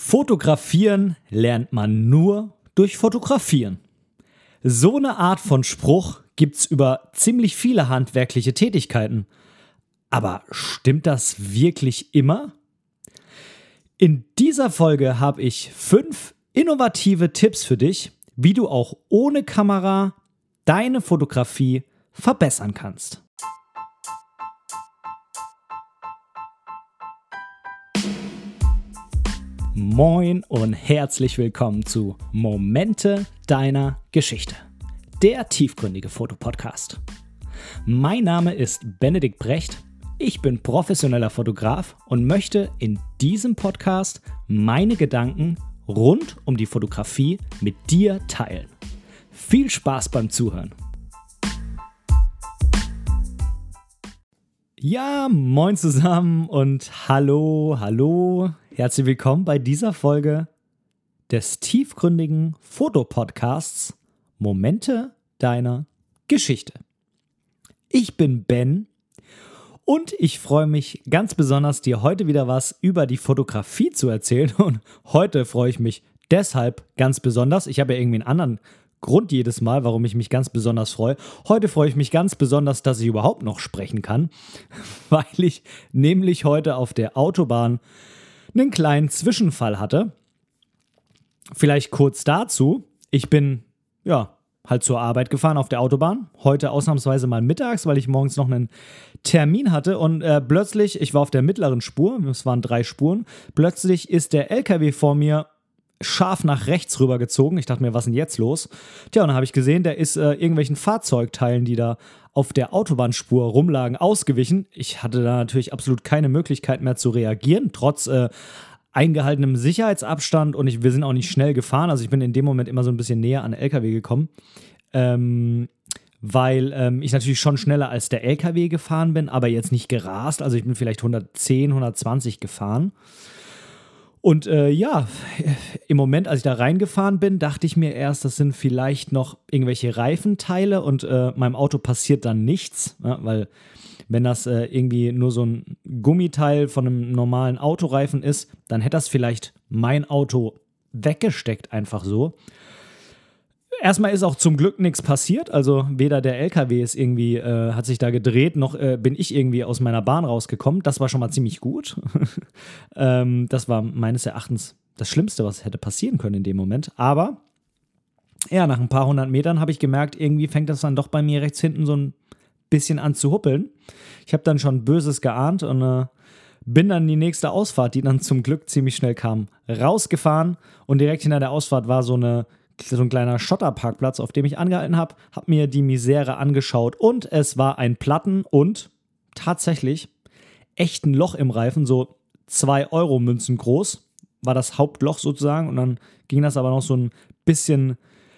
Fotografieren lernt man nur durch Fotografieren. So eine Art von Spruch gibt's über ziemlich viele handwerkliche Tätigkeiten. Aber stimmt das wirklich immer? In dieser Folge habe ich 5 innovative Tipps für dich, wie du auch ohne Kamera deine Fotografie verbessern kannst. Moin und herzlich willkommen zu Momente deiner Geschichte, der tiefgründige Fotopodcast. Mein Name ist Benedikt Brecht, ich bin professioneller Fotograf und möchte in diesem Podcast meine Gedanken rund um die Fotografie mit dir teilen. Viel Spaß beim Zuhören! Ja, moin zusammen und hallo. Herzlich willkommen bei dieser Folge des tiefgründigen Fotopodcasts Momente deiner Geschichte. Ich bin Ben und ich freue mich ganz besonders, dir heute wieder was über die Fotografie zu erzählen. Und heute freue ich mich deshalb ganz besonders. Ich habe ja irgendwie einen anderen Grund jedes Mal, warum ich mich ganz besonders freue. Heute freue ich mich ganz besonders, dass ich überhaupt noch sprechen kann, weil ich nämlich heute auf der Autobahn einen kleinen Zwischenfall hatte. Vielleicht kurz dazu. Ich bin halt zur Arbeit gefahren auf der Autobahn. Heute ausnahmsweise mal mittags, weil ich morgens noch einen Termin hatte. Und plötzlich, ich war auf der mittleren Spur, es waren 3 Spuren, plötzlich ist der LKW vor mir scharf nach rechts rübergezogen. Ich dachte mir, was ist denn jetzt los? Tja, und dann habe ich gesehen, der ist irgendwelchen Fahrzeugteilen, die da auf der Autobahnspur rumlagen, ausgewichen. Ich hatte da natürlich absolut keine Möglichkeit mehr zu reagieren, trotz eingehaltenem Sicherheitsabstand, und wir sind auch nicht schnell gefahren. Also ich bin in dem Moment immer so ein bisschen näher an den LKW gekommen, weil ich natürlich schon schneller als der LKW gefahren bin, aber jetzt nicht gerast. Also ich bin vielleicht 110, 120 gefahren. Und im Moment, als ich da reingefahren bin, dachte ich mir erst, das sind vielleicht noch irgendwelche Reifenteile und meinem Auto passiert dann nichts, ja, weil wenn das irgendwie nur so ein Gummiteil von einem normalen Autoreifen ist, dann hätte das vielleicht mein Auto weggesteckt, einfach so. Erstmal ist auch zum Glück nichts passiert, also weder der LKW ist irgendwie, hat sich da gedreht, noch bin ich irgendwie aus meiner Bahn rausgekommen. Das war schon mal ziemlich gut. Das war meines Erachtens das Schlimmste, was hätte passieren können in dem Moment. Aber ja, nach ein paar 100 Metern habe ich gemerkt, irgendwie fängt das dann doch bei mir rechts hinten so ein bisschen an zu huppeln. Ich habe dann schon Böses geahnt und bin dann die nächste Ausfahrt, die dann zum Glück ziemlich schnell kam, rausgefahren. Und direkt hinter der Ausfahrt war so ein kleiner Schotterparkplatz, auf dem ich angehalten habe mir die Misere angeschaut und es war ein Platten und tatsächlich echt ein Loch im Reifen, so 2-Euro-Münzen groß, war das Hauptloch sozusagen, und dann ging das aber noch so ein bisschen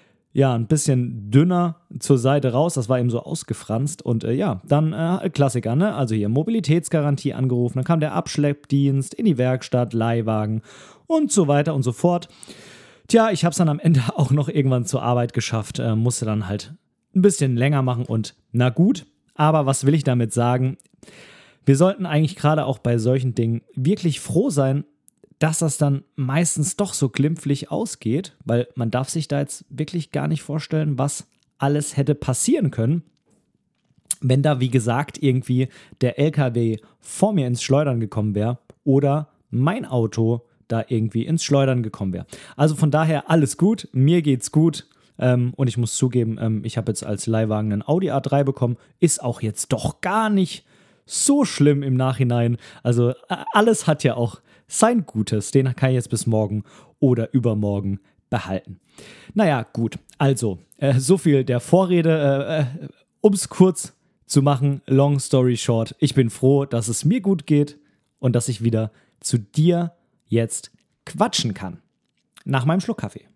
dünner zur Seite raus, das war eben so ausgefranst und dann Klassiker, ne? Also hier Mobilitätsgarantie angerufen, dann kam der Abschleppdienst in die Werkstatt, Leihwagen und so weiter und so fort. Tja, ich habe es dann am Ende auch noch irgendwann zur Arbeit geschafft, musste dann halt ein bisschen länger machen und na gut, aber was will ich damit sagen? Wir sollten eigentlich gerade auch bei solchen Dingen wirklich froh sein, dass das dann meistens doch so glimpflich ausgeht, weil man darf sich da jetzt wirklich gar nicht vorstellen, was alles hätte passieren können, wenn da, wie gesagt, irgendwie der LKW vor mir ins Schleudern gekommen wäre oder mein Auto da irgendwie ins Schleudern gekommen wäre. Also von daher alles gut, mir geht's gut und ich muss zugeben, ich habe jetzt als Leihwagen einen Audi A3 bekommen, ist auch jetzt doch gar nicht so schlimm im Nachhinein. Also alles hat ja auch sein Gutes, den kann ich jetzt bis morgen oder übermorgen behalten. Naja, gut, also so viel der Vorrede, um es kurz zu machen, long story short, ich bin froh, dass es mir gut geht und dass ich wieder zu dir jetzt quatschen kann. Nach meinem Schluck Kaffee.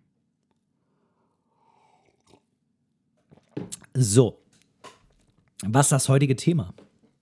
So, was ist das heutige Thema?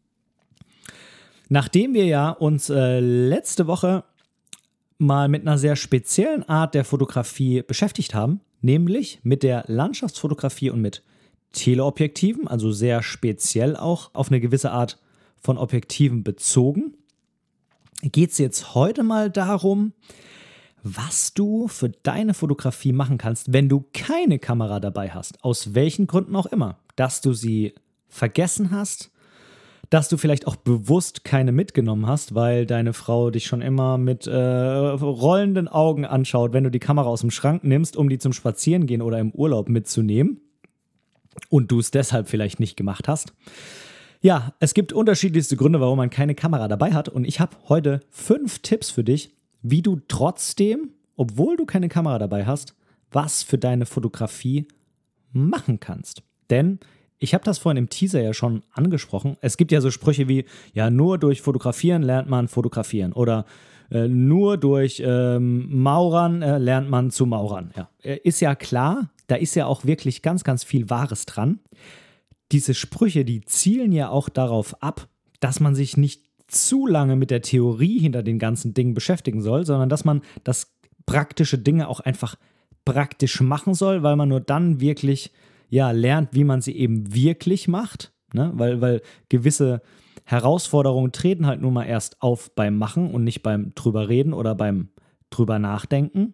Nachdem wir ja uns letzte Woche mal mit einer sehr speziellen Art der Fotografie beschäftigt haben, nämlich mit der Landschaftsfotografie und mit Teleobjektiven, also sehr speziell auch auf eine gewisse Art von Objektiven bezogen, geht es jetzt heute mal darum, was du für deine Fotografie machen kannst, wenn du keine Kamera dabei hast. Aus welchen Gründen auch immer. Dass du sie vergessen hast, dass du vielleicht auch bewusst keine mitgenommen hast, weil deine Frau dich schon immer mit rollenden Augen anschaut, wenn du die Kamera aus dem Schrank nimmst, um die zum Spazierengehen oder im Urlaub mitzunehmen und du es deshalb vielleicht nicht gemacht hast. Ja, es gibt unterschiedlichste Gründe, warum man keine Kamera dabei hat und ich habe heute 5 Tipps für dich, wie du trotzdem, obwohl du keine Kamera dabei hast, was für deine Fotografie machen kannst. Denn ich habe das vorhin im Teaser ja schon angesprochen. Es gibt ja so Sprüche wie, ja, nur durch Fotografieren lernt man fotografieren oder nur durch Maurern lernt man zu Maurern. Ja. Ist ja klar, da ist ja auch wirklich ganz, ganz viel Wahres dran. Diese Sprüche, die zielen ja auch darauf ab, dass man sich nicht zu lange mit der Theorie hinter den ganzen Dingen beschäftigen soll, sondern dass man das praktische Dinge auch einfach praktisch machen soll, weil man nur dann wirklich lernt, wie man sie eben wirklich macht, ne? Weil gewisse Herausforderungen treten halt nun mal erst auf beim Machen und nicht beim drüber reden oder beim drüber nachdenken.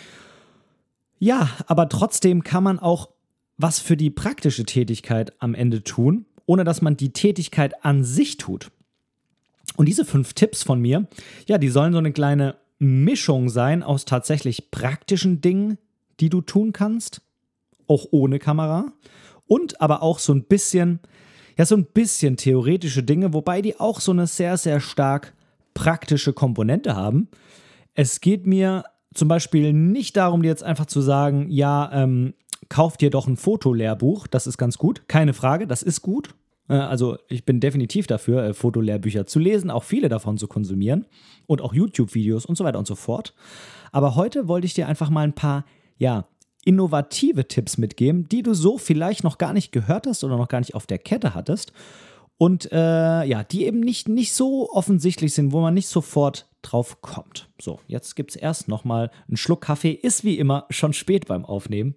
Ja, aber trotzdem kann man auch was für die praktische Tätigkeit am Ende tun, ohne dass man die Tätigkeit an sich tut. Und diese 5 Tipps von mir, die sollen so eine kleine Mischung sein aus tatsächlich praktischen Dingen, die du tun kannst, auch ohne Kamera, und aber auch so ein bisschen theoretische Dinge, wobei die auch so eine sehr, sehr stark praktische Komponente haben. Es geht mir zum Beispiel nicht darum, dir jetzt einfach zu sagen, kauf dir doch ein Fotolehrbuch, das ist ganz gut. Keine Frage, das ist gut. Also ich bin definitiv dafür, Fotolehrbücher zu lesen, auch viele davon zu konsumieren und auch YouTube-Videos und so weiter und so fort. Aber heute wollte ich dir einfach mal ein paar, innovative Tipps mitgeben, die du so vielleicht noch gar nicht gehört hast oder noch gar nicht auf der Kette hattest und die eben nicht so offensichtlich sind, wo man nicht sofort drauf kommt. So, jetzt gibt es erst nochmal einen Schluck Kaffee, ist wie immer schon spät beim Aufnehmen.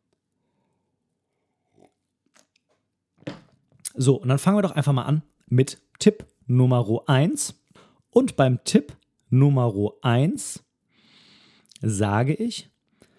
So, und dann fangen wir doch einfach mal an mit Tipp Nummer 1. Und beim Tipp Nummer 1 sage ich,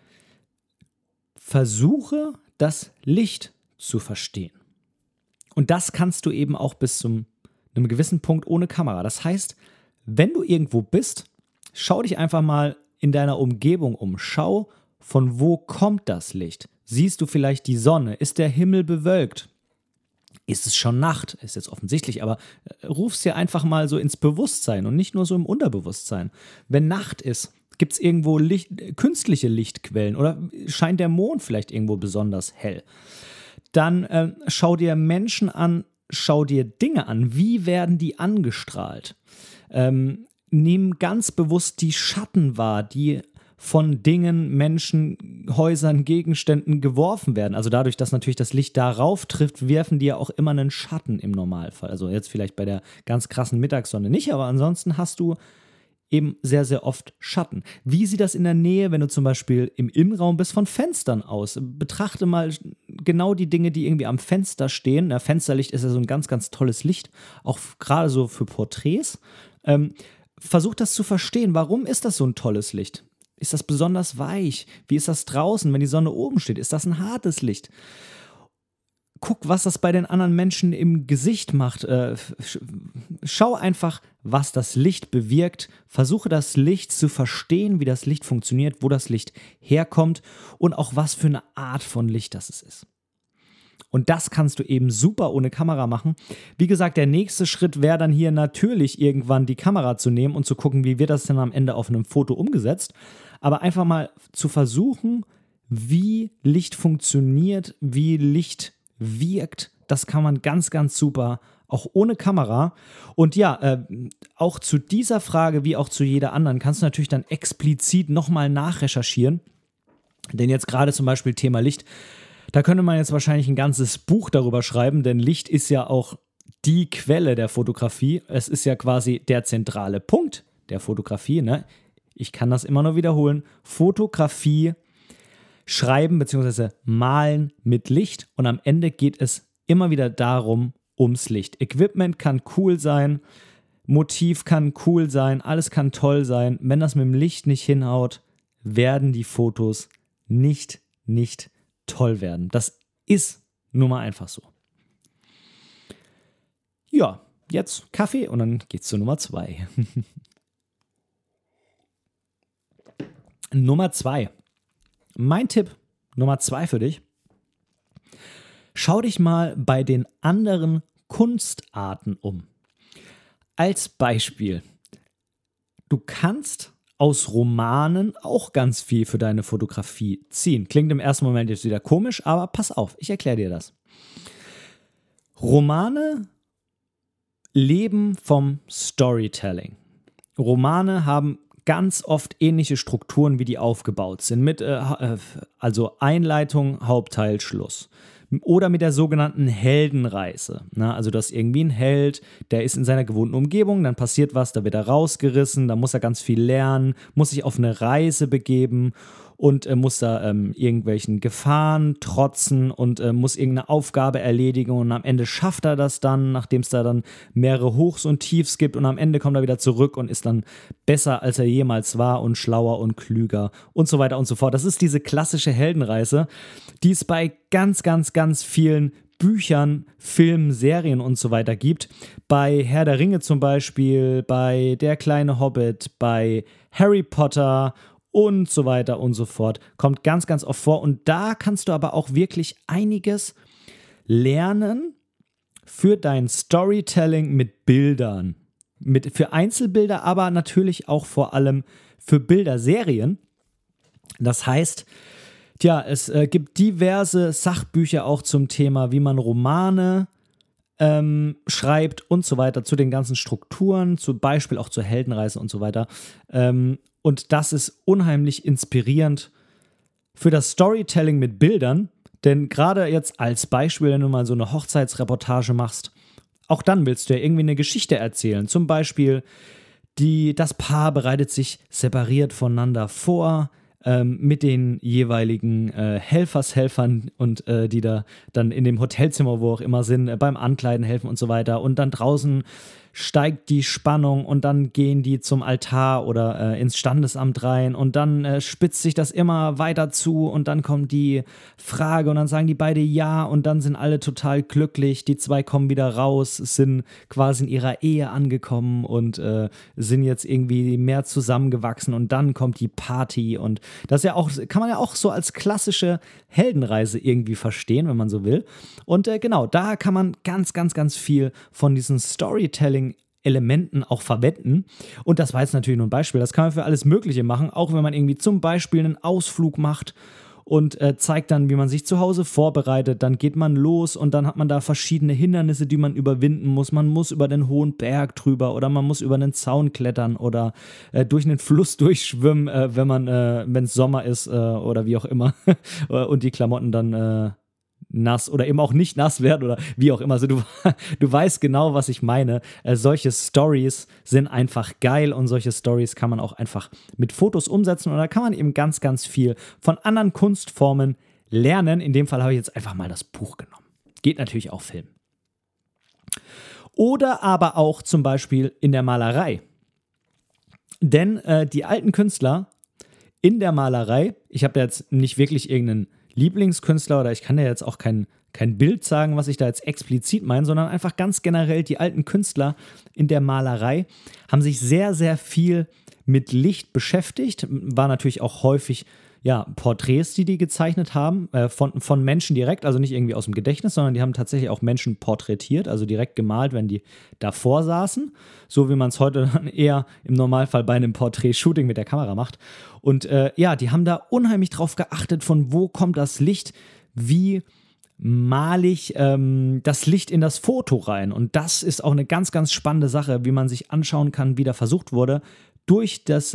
versuche das Licht zu verstehen. Und das kannst du eben auch bis zu einem gewissen Punkt ohne Kamera. Das heißt, wenn du irgendwo bist, schau dich einfach mal in deiner Umgebung um. Schau, von wo kommt das Licht? Siehst du vielleicht die Sonne? Ist der Himmel bewölkt? Ist es schon Nacht? Ist jetzt offensichtlich, aber ruf es dir einfach mal so ins Bewusstsein und nicht nur so im Unterbewusstsein. Wenn Nacht ist, gibt es irgendwo künstliche Lichtquellen oder scheint der Mond vielleicht irgendwo besonders hell? Dann schau dir Menschen an, schau dir Dinge an. Wie werden die angestrahlt? Nimm ganz bewusst die Schatten wahr, die von Dingen, Menschen, Häusern, Gegenständen geworfen werden. Also dadurch, dass natürlich das Licht darauf trifft, werfen die ja auch immer einen Schatten im Normalfall. Also jetzt vielleicht bei der ganz krassen Mittagssonne nicht, aber ansonsten hast du eben sehr, sehr oft Schatten. Wie sieht das in der Nähe, wenn du zum Beispiel im Innenraum bist, von Fenstern aus? Betrachte mal genau die Dinge, die irgendwie am Fenster stehen. Ja, Fensterlicht ist ja so ein ganz, ganz tolles Licht, auch gerade so für Porträts. Versuch das zu verstehen. Warum ist das so ein tolles Licht? Ist das besonders weich? Wie ist das draußen, wenn die Sonne oben steht? Ist das ein hartes Licht? Guck, was das bei den anderen Menschen im Gesicht macht. Schau einfach, was das Licht bewirkt. Versuche das Licht zu verstehen, wie das Licht funktioniert, wo das Licht herkommt und auch was für eine Art von Licht das ist. Und das kannst du eben super ohne Kamera machen. Wie gesagt, der nächste Schritt wäre dann hier natürlich irgendwann die Kamera zu nehmen und zu gucken, wie wird das denn am Ende auf einem Foto umgesetzt. Aber einfach mal zu versuchen, wie Licht funktioniert, wie Licht wirkt, das kann man ganz, ganz super, auch ohne Kamera. Und auch zu dieser Frage, wie auch zu jeder anderen, kannst du natürlich dann explizit nochmal nachrecherchieren. Denn jetzt gerade zum Beispiel Thema Licht, da könnte man jetzt wahrscheinlich ein ganzes Buch darüber schreiben, denn Licht ist ja auch die Quelle der Fotografie. Es ist ja quasi der zentrale Punkt der Fotografie, ne? Ich kann das immer nur wiederholen. Fotografie, schreiben bzw. malen mit Licht und am Ende geht es immer wieder darum, ums Licht. Equipment kann cool sein, Motiv kann cool sein, alles kann toll sein. Wenn das mit dem Licht nicht hinhaut, werden die Fotos nicht toll werden. Das ist nun mal einfach so. Ja, jetzt Kaffee und dann geht's zu Nummer 2. Nummer 2. Mein Tipp Nummer 2 für dich. Schau dich mal bei den anderen Kunstarten um. Als Beispiel, du kannst aus Romanen auch ganz viel für deine Fotografie ziehen. Klingt im ersten Moment jetzt wieder komisch, aber pass auf, ich erkläre dir das. Romane leben vom Storytelling. Romane haben ganz oft ähnliche Strukturen, wie die aufgebaut sind, mit also Einleitung, Hauptteil, Schluss. Oder mit der sogenannten Heldenreise. Also das ist irgendwie ein Held, der ist in seiner gewohnten Umgebung, dann passiert was, da wird er rausgerissen, da muss er ganz viel lernen, muss sich auf eine Reise begeben und muss da irgendwelchen Gefahren trotzen und muss irgendeine Aufgabe erledigen und am Ende schafft er das dann, nachdem es da dann mehrere Hochs und Tiefs gibt und am Ende kommt er wieder zurück und ist dann besser, als er jemals war und schlauer und klüger und so weiter und so fort. Das ist diese klassische Heldenreise, die es bei ganz vielen Büchern, Filmen, Serien und so weiter gibt. Bei Herr der Ringe zum Beispiel, bei Der kleine Hobbit, bei Harry Potter und so weiter und so fort. Kommt ganz oft vor und da kannst du aber auch wirklich einiges lernen für dein Storytelling mit Bildern. Für Einzelbilder, aber natürlich auch vor allem für Bilderserien. Das heißt, es gibt diverse Sachbücher auch zum Thema, wie man Romane schreibt und so weiter, zu den ganzen Strukturen, zum Beispiel auch zur Heldenreise und so weiter. Und das ist unheimlich inspirierend für das Storytelling mit Bildern, denn gerade jetzt als Beispiel, wenn du mal so eine Hochzeitsreportage machst, auch dann willst du ja irgendwie eine Geschichte erzählen. Zum Beispiel, das Paar bereitet sich separiert voneinander vor, mit den jeweiligen Helfern und die da dann in dem Hotelzimmer, wo auch immer sind, beim Ankleiden helfen und so weiter. Und dann draußen steigt die Spannung und dann gehen die zum Altar oder ins Standesamt rein und dann spitzt sich das immer weiter zu und dann kommt die Frage und dann sagen die beide ja und dann sind alle total glücklich, die zwei kommen wieder raus, sind quasi in ihrer Ehe angekommen und sind jetzt irgendwie mehr zusammengewachsen und dann kommt die Party und das ist ja auch, kann man ja auch so als klassische Heldenreise irgendwie verstehen, wenn man so will. Und genau, da kann man ganz viel von diesen Storytelling-Elementen auch verwenden. Und das war jetzt natürlich nur ein Beispiel. Das kann man für alles Mögliche machen, auch wenn man irgendwie zum Beispiel einen Ausflug macht und zeigt dann, wie man sich zu Hause vorbereitet. Dann geht man los und dann hat man da verschiedene Hindernisse, die man überwinden muss. Man muss über den hohen Berg drüber oder man muss über einen Zaun klettern oder durch einen Fluss durchschwimmen, wenn es Sommer ist oder wie auch immer und die Klamotten dann nass oder eben auch nicht nass werden oder wie auch immer. Also du weißt genau, was ich meine. Solche Stories sind einfach geil und solche Stories kann man auch einfach mit Fotos umsetzen und da kann man eben ganz viel von anderen Kunstformen lernen. In dem Fall habe ich jetzt einfach mal das Buch genommen. Geht natürlich auch Film. Oder aber auch zum Beispiel in der Malerei. Denn die alten Künstler in der Malerei, ich habe da jetzt nicht wirklich irgendeinen Lieblingskünstler oder ich kann ja jetzt auch kein Bild sagen, was ich da jetzt explizit meine, sondern einfach ganz generell die alten Künstler in der Malerei haben sich sehr viel mit Licht beschäftigt. War natürlich auch häufig Porträts, die gezeichnet haben, von Menschen direkt, also nicht irgendwie aus dem Gedächtnis, sondern die haben tatsächlich auch Menschen porträtiert, also direkt gemalt, wenn die davor saßen, so wie man es heute dann eher im Normalfall bei einem Porträt-Shooting mit der Kamera macht. Und die haben da unheimlich drauf geachtet, von wo kommt das Licht, wie male ich das Licht in das Foto rein. Und das ist auch eine ganz spannende Sache, wie man sich anschauen kann, wie da versucht wurde, durch das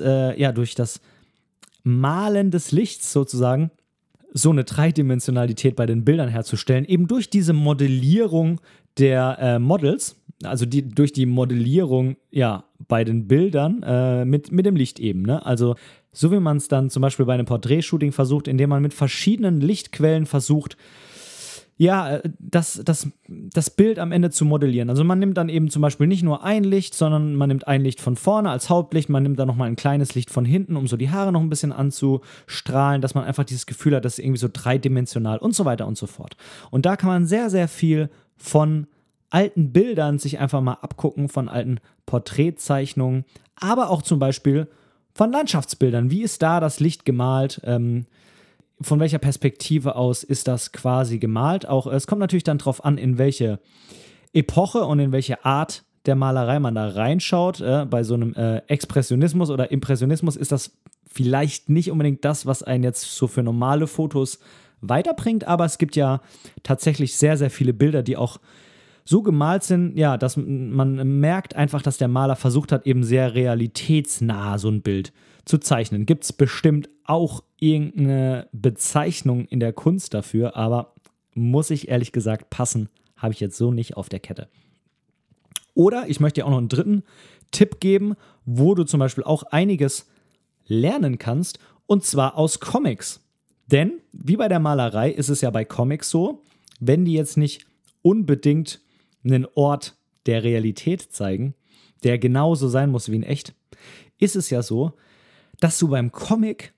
Malen des Lichts sozusagen so eine Dreidimensionalität bei den Bildern herzustellen, eben durch diese Modellierung der Models, also durch die Modellierung bei den Bildern mit dem Licht eben. Ne? Also so wie man es dann zum Beispiel bei einem Porträtshooting versucht, indem man mit verschiedenen Lichtquellen versucht, ja, das Bild am Ende zu modellieren. Also man nimmt dann eben zum Beispiel nicht nur ein Licht, sondern man nimmt ein Licht von vorne als Hauptlicht, man nimmt dann nochmal ein kleines Licht von hinten, um so die Haare noch ein bisschen anzustrahlen, dass man einfach dieses Gefühl hat, das ist irgendwie so dreidimensional und so weiter und so fort. Und da kann man sehr, sehr viel von alten Bildern sich einfach mal abgucken, von alten Porträtzeichnungen, aber auch zum Beispiel von Landschaftsbildern. Wie ist da das Licht gemalt? Von welcher Perspektive aus ist das quasi gemalt? Auch es kommt natürlich dann darauf an, in welche Epoche und in welche Art der Malerei man da reinschaut. Bei so einem Expressionismus oder Impressionismus ist das vielleicht nicht unbedingt das, was einen jetzt so für normale Fotos weiterbringt, aber es gibt ja tatsächlich sehr, sehr viele Bilder, die auch so gemalt sind, ja, dass man merkt einfach, dass der Maler versucht hat, eben sehr realitätsnah so ein Bild zu zeichnen. Gibt es bestimmt auch irgendeine Bezeichnung in der Kunst dafür, aber muss ich ehrlich gesagt passen, habe ich jetzt so nicht auf der Kette. Oder ich möchte dir auch noch einen dritten Tipp geben, wo du zum Beispiel auch einiges lernen kannst, und zwar aus Comics. Denn wie bei der Malerei ist es ja bei Comics so, wenn die jetzt nicht unbedingt einen Ort der Realität zeigen, der genauso sein muss wie in echt, ist es ja so, dass du beim Comic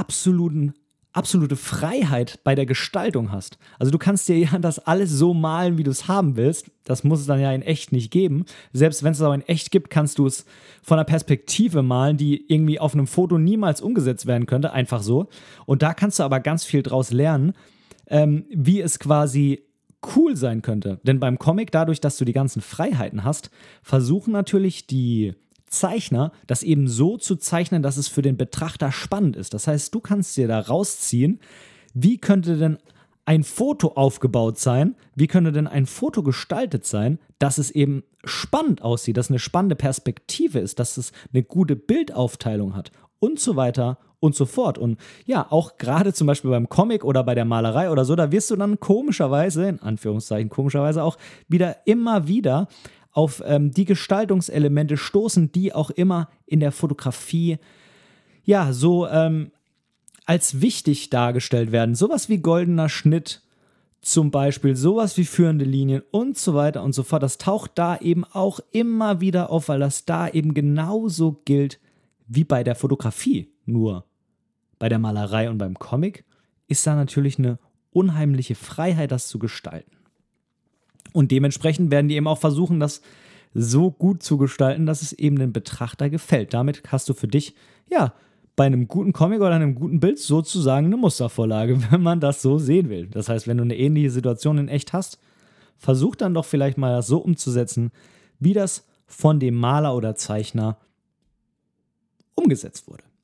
absolute Freiheit bei der Gestaltung hast. Also du kannst dir ja das alles so malen, wie du es haben willst. Das muss es dann ja in echt nicht geben. Selbst wenn es aber in echt gibt, kannst du es von einer Perspektive malen, die irgendwie auf einem Foto niemals umgesetzt werden könnte, einfach so. Und da kannst du aber ganz viel draus lernen, wie es quasi cool sein könnte. Denn beim Comic, dadurch, dass du die ganzen Freiheiten hast, versuchen natürlich die Zeichner, das eben so zu zeichnen, dass es für den Betrachter spannend ist. Das heißt, du kannst dir da rausziehen, wie könnte denn ein Foto aufgebaut sein, wie könnte denn ein Foto gestaltet sein, dass es eben spannend aussieht, dass es eine spannende Perspektive ist, dass es eine gute Bildaufteilung hat und so weiter und so fort. Und ja, auch gerade zum Beispiel beim Comic oder bei der Malerei oder so, da wirst du dann komischerweise, in Anführungszeichen komischerweise auch, immer wieder auf die Gestaltungselemente stoßen, die auch immer in der Fotografie ja so als wichtig dargestellt werden. Sowas wie goldener Schnitt zum Beispiel, sowas wie führende Linien und so weiter und so fort. Das taucht da eben auch immer wieder auf, weil das da eben genauso gilt wie bei der Fotografie. Nur bei der Malerei und beim Comic ist da natürlich eine unheimliche Freiheit, das zu gestalten. Und dementsprechend werden die eben auch versuchen, das so gut zu gestalten, dass es eben dem Betrachter gefällt. Damit hast du für dich, ja, bei einem guten Comic oder einem guten Bild sozusagen eine Mustervorlage, wenn man das so sehen will. Das heißt, wenn du eine ähnliche Situation in echt hast, versuch dann doch vielleicht mal das so umzusetzen, wie das von dem Maler oder Zeichner umgesetzt wurde.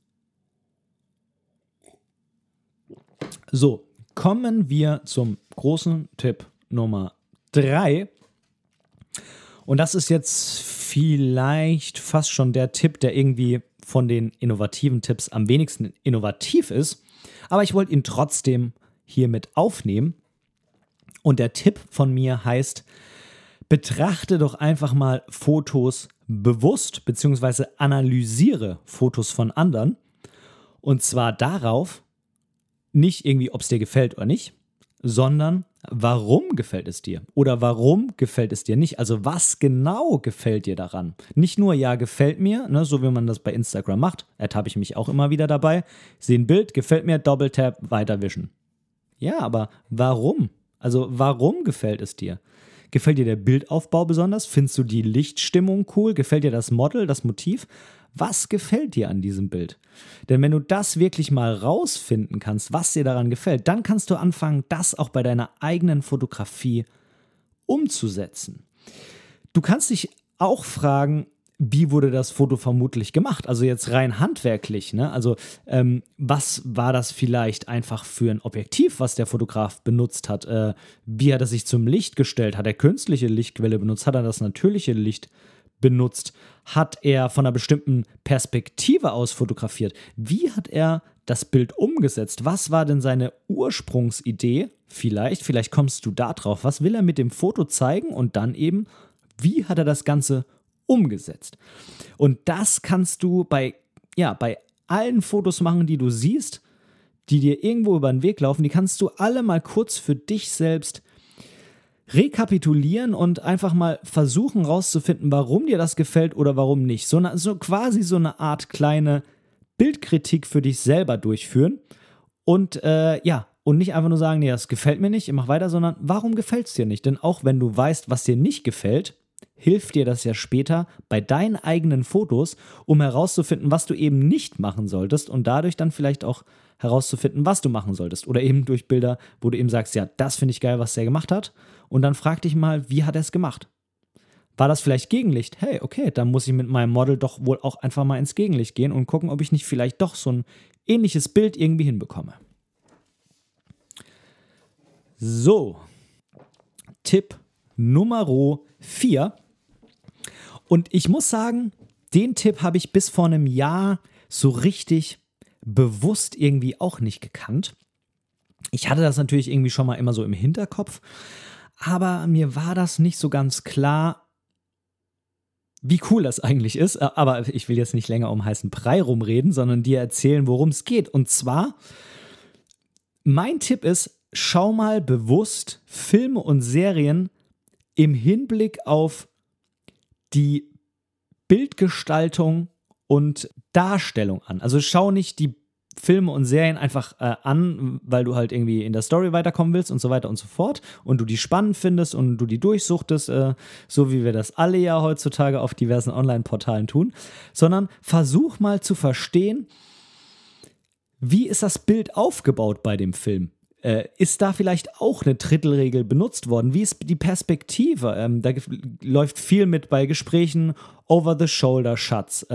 So, kommen wir zum großen Tipp Nummer 3. Und das ist jetzt vielleicht fast schon der Tipp, der irgendwie von den innovativen Tipps am wenigsten innovativ ist. Aber ich wollte ihn trotzdem hier mit aufnehmen. Und der Tipp von mir heißt, betrachte doch einfach mal Fotos bewusst, beziehungsweise analysiere Fotos von anderen. Und zwar darauf, nicht irgendwie, ob es dir gefällt oder nicht, sondern warum gefällt es dir oder warum gefällt es dir nicht? Also was genau gefällt dir daran? Nicht nur, ja, gefällt mir, ne, so wie man das bei Instagram macht, ertappe ich mich auch immer wieder dabei, sehe ein Bild, gefällt mir, Doppeltap, weiterwischen. Ja, aber warum? Also warum gefällt es dir? Gefällt dir der Bildaufbau besonders? Findest du die Lichtstimmung cool? Gefällt dir das Model, das Motiv? Was gefällt dir an diesem Bild? Denn wenn du das wirklich mal rausfinden kannst, was dir daran gefällt, dann kannst du anfangen, das auch bei deiner eigenen Fotografie umzusetzen. Du kannst dich auch fragen, wie wurde das Foto vermutlich gemacht? Also jetzt rein handwerklich, ne? Also was war das vielleicht einfach für ein Objektiv, was der Fotograf benutzt hat? Wie hat er sich zum Licht gestellt? Hat er künstliche Lichtquelle benutzt? Hat er das natürliche Licht benutzt? Hat er von einer bestimmten Perspektive aus fotografiert? Wie hat er das Bild umgesetzt? Was war denn seine Ursprungsidee? Vielleicht kommst du da drauf. Was will er mit dem Foto zeigen? Und dann eben, wie hat er das Ganze umgesetzt? Und das kannst du bei allen Fotos machen, die du siehst, die dir irgendwo über den Weg laufen, die kannst du alle mal kurz für dich selbst rekapitulieren und einfach mal versuchen rauszufinden, warum dir das gefällt oder warum nicht. Quasi so eine Art kleine Bildkritik für dich selber durchführen und und nicht einfach nur sagen, nee, das gefällt mir nicht, ich mach weiter, sondern warum gefällt es dir nicht? Denn auch wenn du weißt, was dir nicht gefällt, hilft dir das ja später bei deinen eigenen Fotos, um herauszufinden, was du eben nicht machen solltest und dadurch dann vielleicht auch herauszufinden, was du machen solltest. Oder eben durch Bilder, wo du eben sagst, ja, das finde ich geil, was der gemacht hat. Und dann frag dich mal, wie hat er es gemacht? War das vielleicht Gegenlicht? Hey, okay, dann muss ich mit meinem Model doch wohl auch einfach mal ins Gegenlicht gehen und gucken, ob ich nicht vielleicht doch so ein ähnliches Bild irgendwie hinbekomme. So, Tipp Nummer 4. Und ich muss sagen, den Tipp habe ich bis vor einem Jahr so richtig bewusst irgendwie auch nicht gekannt. Ich hatte das natürlich irgendwie schon mal immer so im Hinterkopf, aber mir war das nicht so ganz klar, wie cool das eigentlich ist. Aber ich will jetzt nicht länger um heißen Brei rumreden, sondern dir erzählen, worum es geht. Und zwar, mein Tipp ist, schau mal bewusst Filme und Serien im Hinblick auf die Bildgestaltung und Darstellung an. Also schau nicht die Filme und Serien einfach an, weil du halt irgendwie in der Story weiterkommen willst und so weiter und so fort und du die spannend findest und du die durchsuchtest, so wie wir das alle ja heutzutage auf diversen Online-Portalen tun, sondern versuch mal zu verstehen, wie ist das Bild aufgebaut bei dem Film? Ist da vielleicht auch eine Drittelregel benutzt worden? Wie ist die Perspektive? Da läuft viel mit bei Gesprächen Over-the-Shoulder-Shots.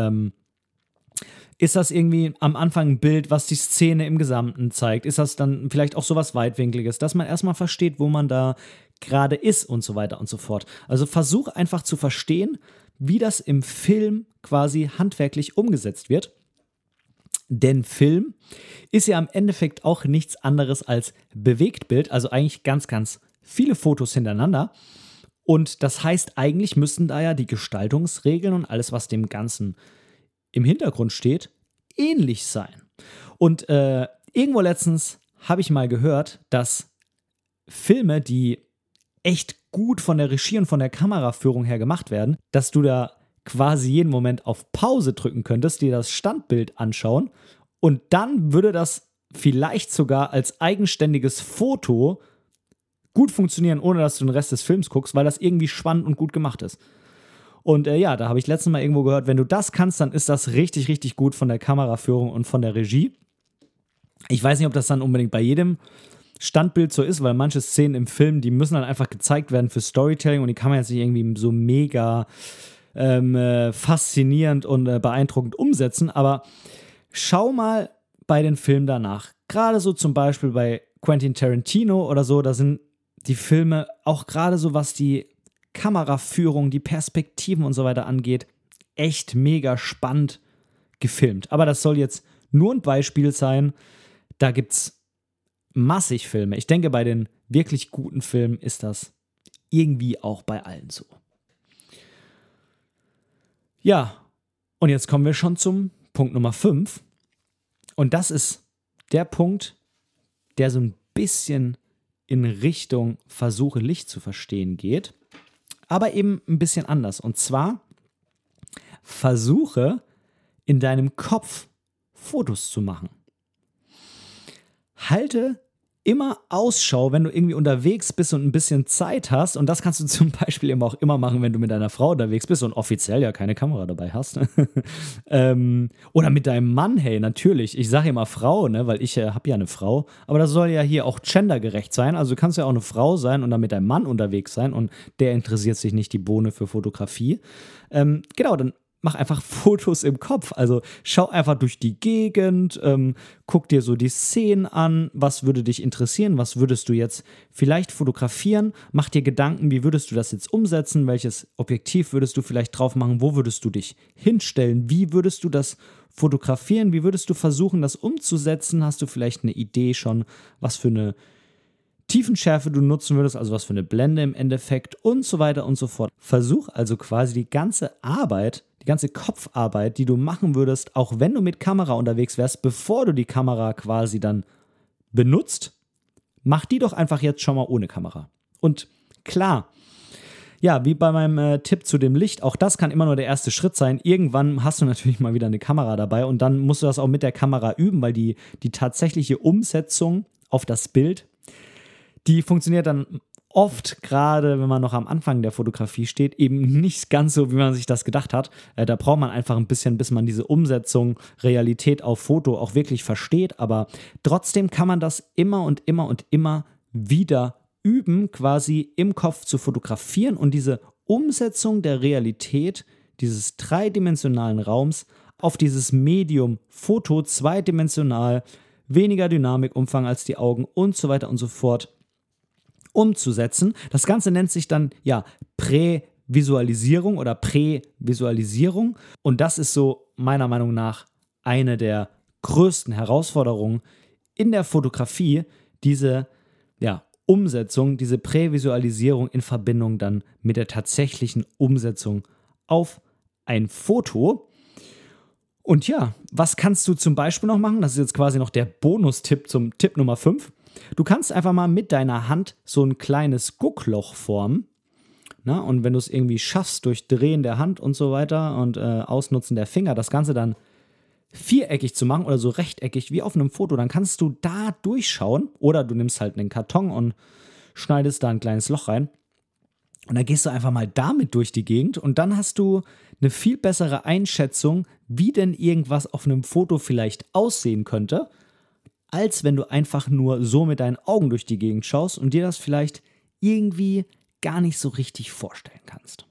Ist das irgendwie am Anfang ein Bild, was die Szene im Gesamten zeigt? Ist das dann vielleicht auch sowas Weitwinkliges, dass man erstmal versteht, wo man da gerade ist und so weiter und so fort? Also versuch einfach zu verstehen, wie das im Film quasi handwerklich umgesetzt wird. Denn Film ist ja im Endeffekt auch nichts anderes als Bewegtbild, also eigentlich ganz, ganz viele Fotos hintereinander. Und das heißt, eigentlich müssten da ja die Gestaltungsregeln und alles, was dem Ganzen im Hintergrund steht, ähnlich sein. Und irgendwo letztens habe ich mal gehört, dass Filme, die echt gut von der Regie und von der Kameraführung her gemacht werden, dass du da quasi jeden Moment auf Pause drücken könntest, dir das Standbild anschauen und dann würde das vielleicht sogar als eigenständiges Foto gut funktionieren, ohne dass du den Rest des Films guckst, weil das irgendwie spannend und gut gemacht ist. Und da habe ich letztens mal irgendwo gehört, wenn du das kannst, dann ist das richtig, richtig gut von der Kameraführung und von der Regie. Ich weiß nicht, ob das dann unbedingt bei jedem Standbild so ist, weil manche Szenen im Film, die müssen dann einfach gezeigt werden für Storytelling und die kann man jetzt nicht irgendwie so mega faszinierend und beeindruckend umsetzen, aber schau mal bei den Filmen danach. Gerade so zum Beispiel bei Quentin Tarantino oder so, da sind die Filme auch gerade so, was die Kameraführung, die Perspektiven und so weiter angeht, echt mega spannend gefilmt. Aber das soll jetzt nur ein Beispiel sein. Da gibt's massig Filme. Ich denke, bei den wirklich guten Filmen ist das irgendwie auch bei allen so. Ja, und jetzt kommen wir schon zum Punkt Nummer 5. Und das ist der Punkt, der so ein bisschen in Richtung Versuche Licht zu verstehen geht, aber eben ein bisschen anders. Und zwar versuche in deinem Kopf Fotos zu machen. Halte immer Ausschau, wenn du irgendwie unterwegs bist und ein bisschen Zeit hast. Und das kannst du zum Beispiel eben auch immer machen, wenn du mit deiner Frau unterwegs bist und offiziell ja keine Kamera dabei hast. Oder mit deinem Mann, hey, natürlich. Ich sage immer Frau, ne, weil ich habe ja eine Frau. Aber das soll ja hier auch gendergerecht sein. Also du kannst ja auch eine Frau sein und dann mit deinem Mann unterwegs sein. Und der interessiert sich nicht die Bohne für Fotografie. Genau, dann mach einfach Fotos im Kopf. Also schau einfach durch die Gegend, guck dir so die Szenen an, was würde dich interessieren, was würdest du jetzt vielleicht fotografieren, mach dir Gedanken, wie würdest du das jetzt umsetzen, welches Objektiv würdest du vielleicht drauf machen, wo würdest du dich hinstellen, wie würdest du das fotografieren, wie würdest du versuchen, das umzusetzen, hast du vielleicht eine Idee schon, was für eine Tiefenschärfe du nutzen würdest, also was für eine Blende im Endeffekt und so weiter und so fort. Versuch also quasi die ganze Arbeit, die ganze Kopfarbeit, die du machen würdest, auch wenn du mit Kamera unterwegs wärst, bevor du die Kamera quasi dann benutzt, mach die doch einfach jetzt schon mal ohne Kamera. Und klar, ja, wie bei meinem Tipp zu dem Licht, auch das kann immer nur der erste Schritt sein. Irgendwann hast du natürlich mal wieder eine Kamera dabei und dann musst du das auch mit der Kamera üben, weil die tatsächliche Umsetzung auf das Bild, die funktioniert dann oft, gerade wenn man noch am Anfang der Fotografie steht, eben nicht ganz so, wie man sich das gedacht hat. Da braucht man einfach ein bisschen, bis man diese Umsetzung, Realität auf Foto auch wirklich versteht. Aber trotzdem kann man das immer und immer und immer wieder üben, quasi im Kopf zu fotografieren und diese Umsetzung der Realität dieses dreidimensionalen Raums auf dieses Medium Foto zweidimensional, weniger Dynamikumfang als die Augen und so weiter und so fort umzusetzen. Das Ganze nennt sich dann Prävisualisierung oder Prävisualisierung und das ist so meiner Meinung nach eine der größten Herausforderungen in der Fotografie, diese Umsetzung, diese Prävisualisierung in Verbindung dann mit der tatsächlichen Umsetzung auf ein Foto. Und ja, was kannst du zum Beispiel noch machen? Das ist jetzt quasi noch der Bonustipp zum Tipp Nummer 5. Du kannst einfach mal mit deiner Hand so ein kleines Guckloch formen. Na, und wenn du es irgendwie schaffst, durch Drehen der Hand und so weiter und Ausnutzen der Finger, das Ganze dann viereckig zu machen oder so rechteckig wie auf einem Foto, dann kannst du da durchschauen oder du nimmst halt einen Karton und schneidest da ein kleines Loch rein und dann gehst du einfach mal damit durch die Gegend und dann hast du eine viel bessere Einschätzung, wie denn irgendwas auf einem Foto vielleicht aussehen könnte, als wenn du einfach nur so mit deinen Augen durch die Gegend schaust und dir das vielleicht irgendwie gar nicht so richtig vorstellen kannst.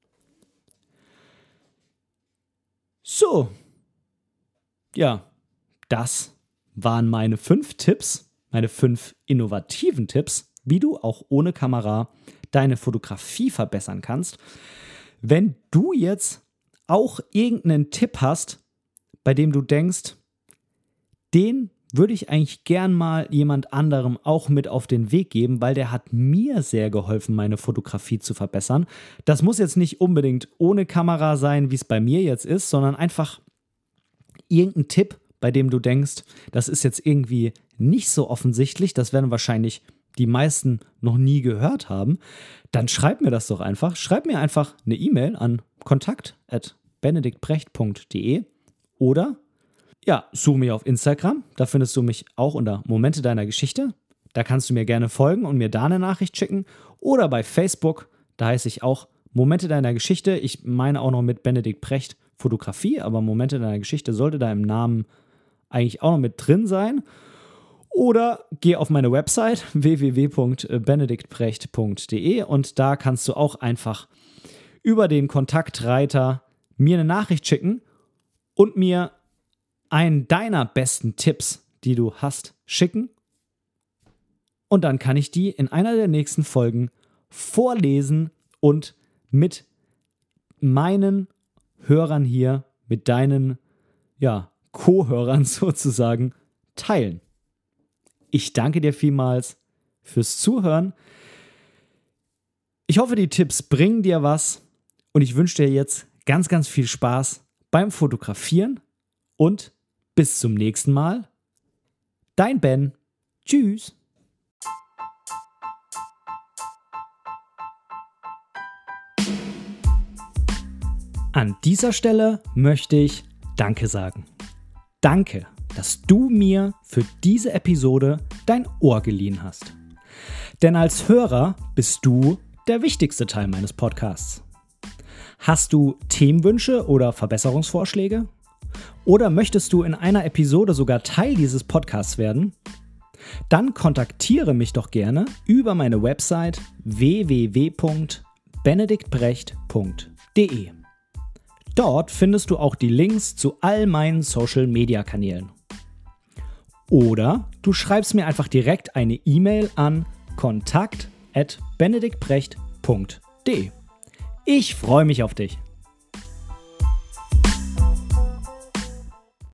So. Ja, das waren meine 5 Tipps, meine 5 innovativen Tipps, wie du auch ohne Kamera deine Fotografie verbessern kannst. Wenn du jetzt auch irgendeinen Tipp hast, bei dem du denkst, den würde ich eigentlich gern mal jemand anderem auch mit auf den Weg geben, weil der hat mir sehr geholfen, meine Fotografie zu verbessern. Das muss jetzt nicht unbedingt ohne Kamera sein, wie es bei mir jetzt ist, sondern einfach irgendein Tipp, bei dem du denkst, das ist jetzt irgendwie nicht so offensichtlich, das werden wahrscheinlich die meisten noch nie gehört haben, dann schreib mir das doch einfach. Schreib mir einfach eine E-Mail an kontakt@benediktbrecht.de oder such mich auf Instagram, da findest du mich auch unter Momente deiner Geschichte. Da kannst du mir gerne folgen und mir da eine Nachricht schicken. Oder bei Facebook, da heiße ich auch Momente deiner Geschichte. Ich meine auch noch mit Benedikt Brecht Fotografie, aber Momente deiner Geschichte sollte da im Namen eigentlich auch noch mit drin sein. Oder geh auf meine Website www.benediktbrecht.de und da kannst du auch einfach über den Kontaktreiter mir eine Nachricht schicken und mir einen deiner besten Tipps, die du hast, schicken. Und dann kann ich die in einer der nächsten Folgen vorlesen und mit meinen Hörern hier, mit deinen Co-Hörern sozusagen teilen. Ich danke dir vielmals fürs Zuhören. Ich hoffe, die Tipps bringen dir was und ich wünsche dir jetzt ganz, ganz viel Spaß beim Fotografieren und bis zum nächsten Mal. Dein Ben. Tschüss. An dieser Stelle möchte ich Danke sagen. Danke, dass du mir für diese Episode dein Ohr geliehen hast. Denn als Hörer bist du der wichtigste Teil meines Podcasts. Hast du Themenwünsche oder Verbesserungsvorschläge? Oder möchtest du in einer Episode sogar Teil dieses Podcasts werden? Dann kontaktiere mich doch gerne über meine Website www.benediktbrecht.de. Dort findest du auch die Links zu all meinen Social-Media-Kanälen. Oder du schreibst mir einfach direkt eine E-Mail an kontakt@benediktbrecht.de. Ich freue mich auf dich.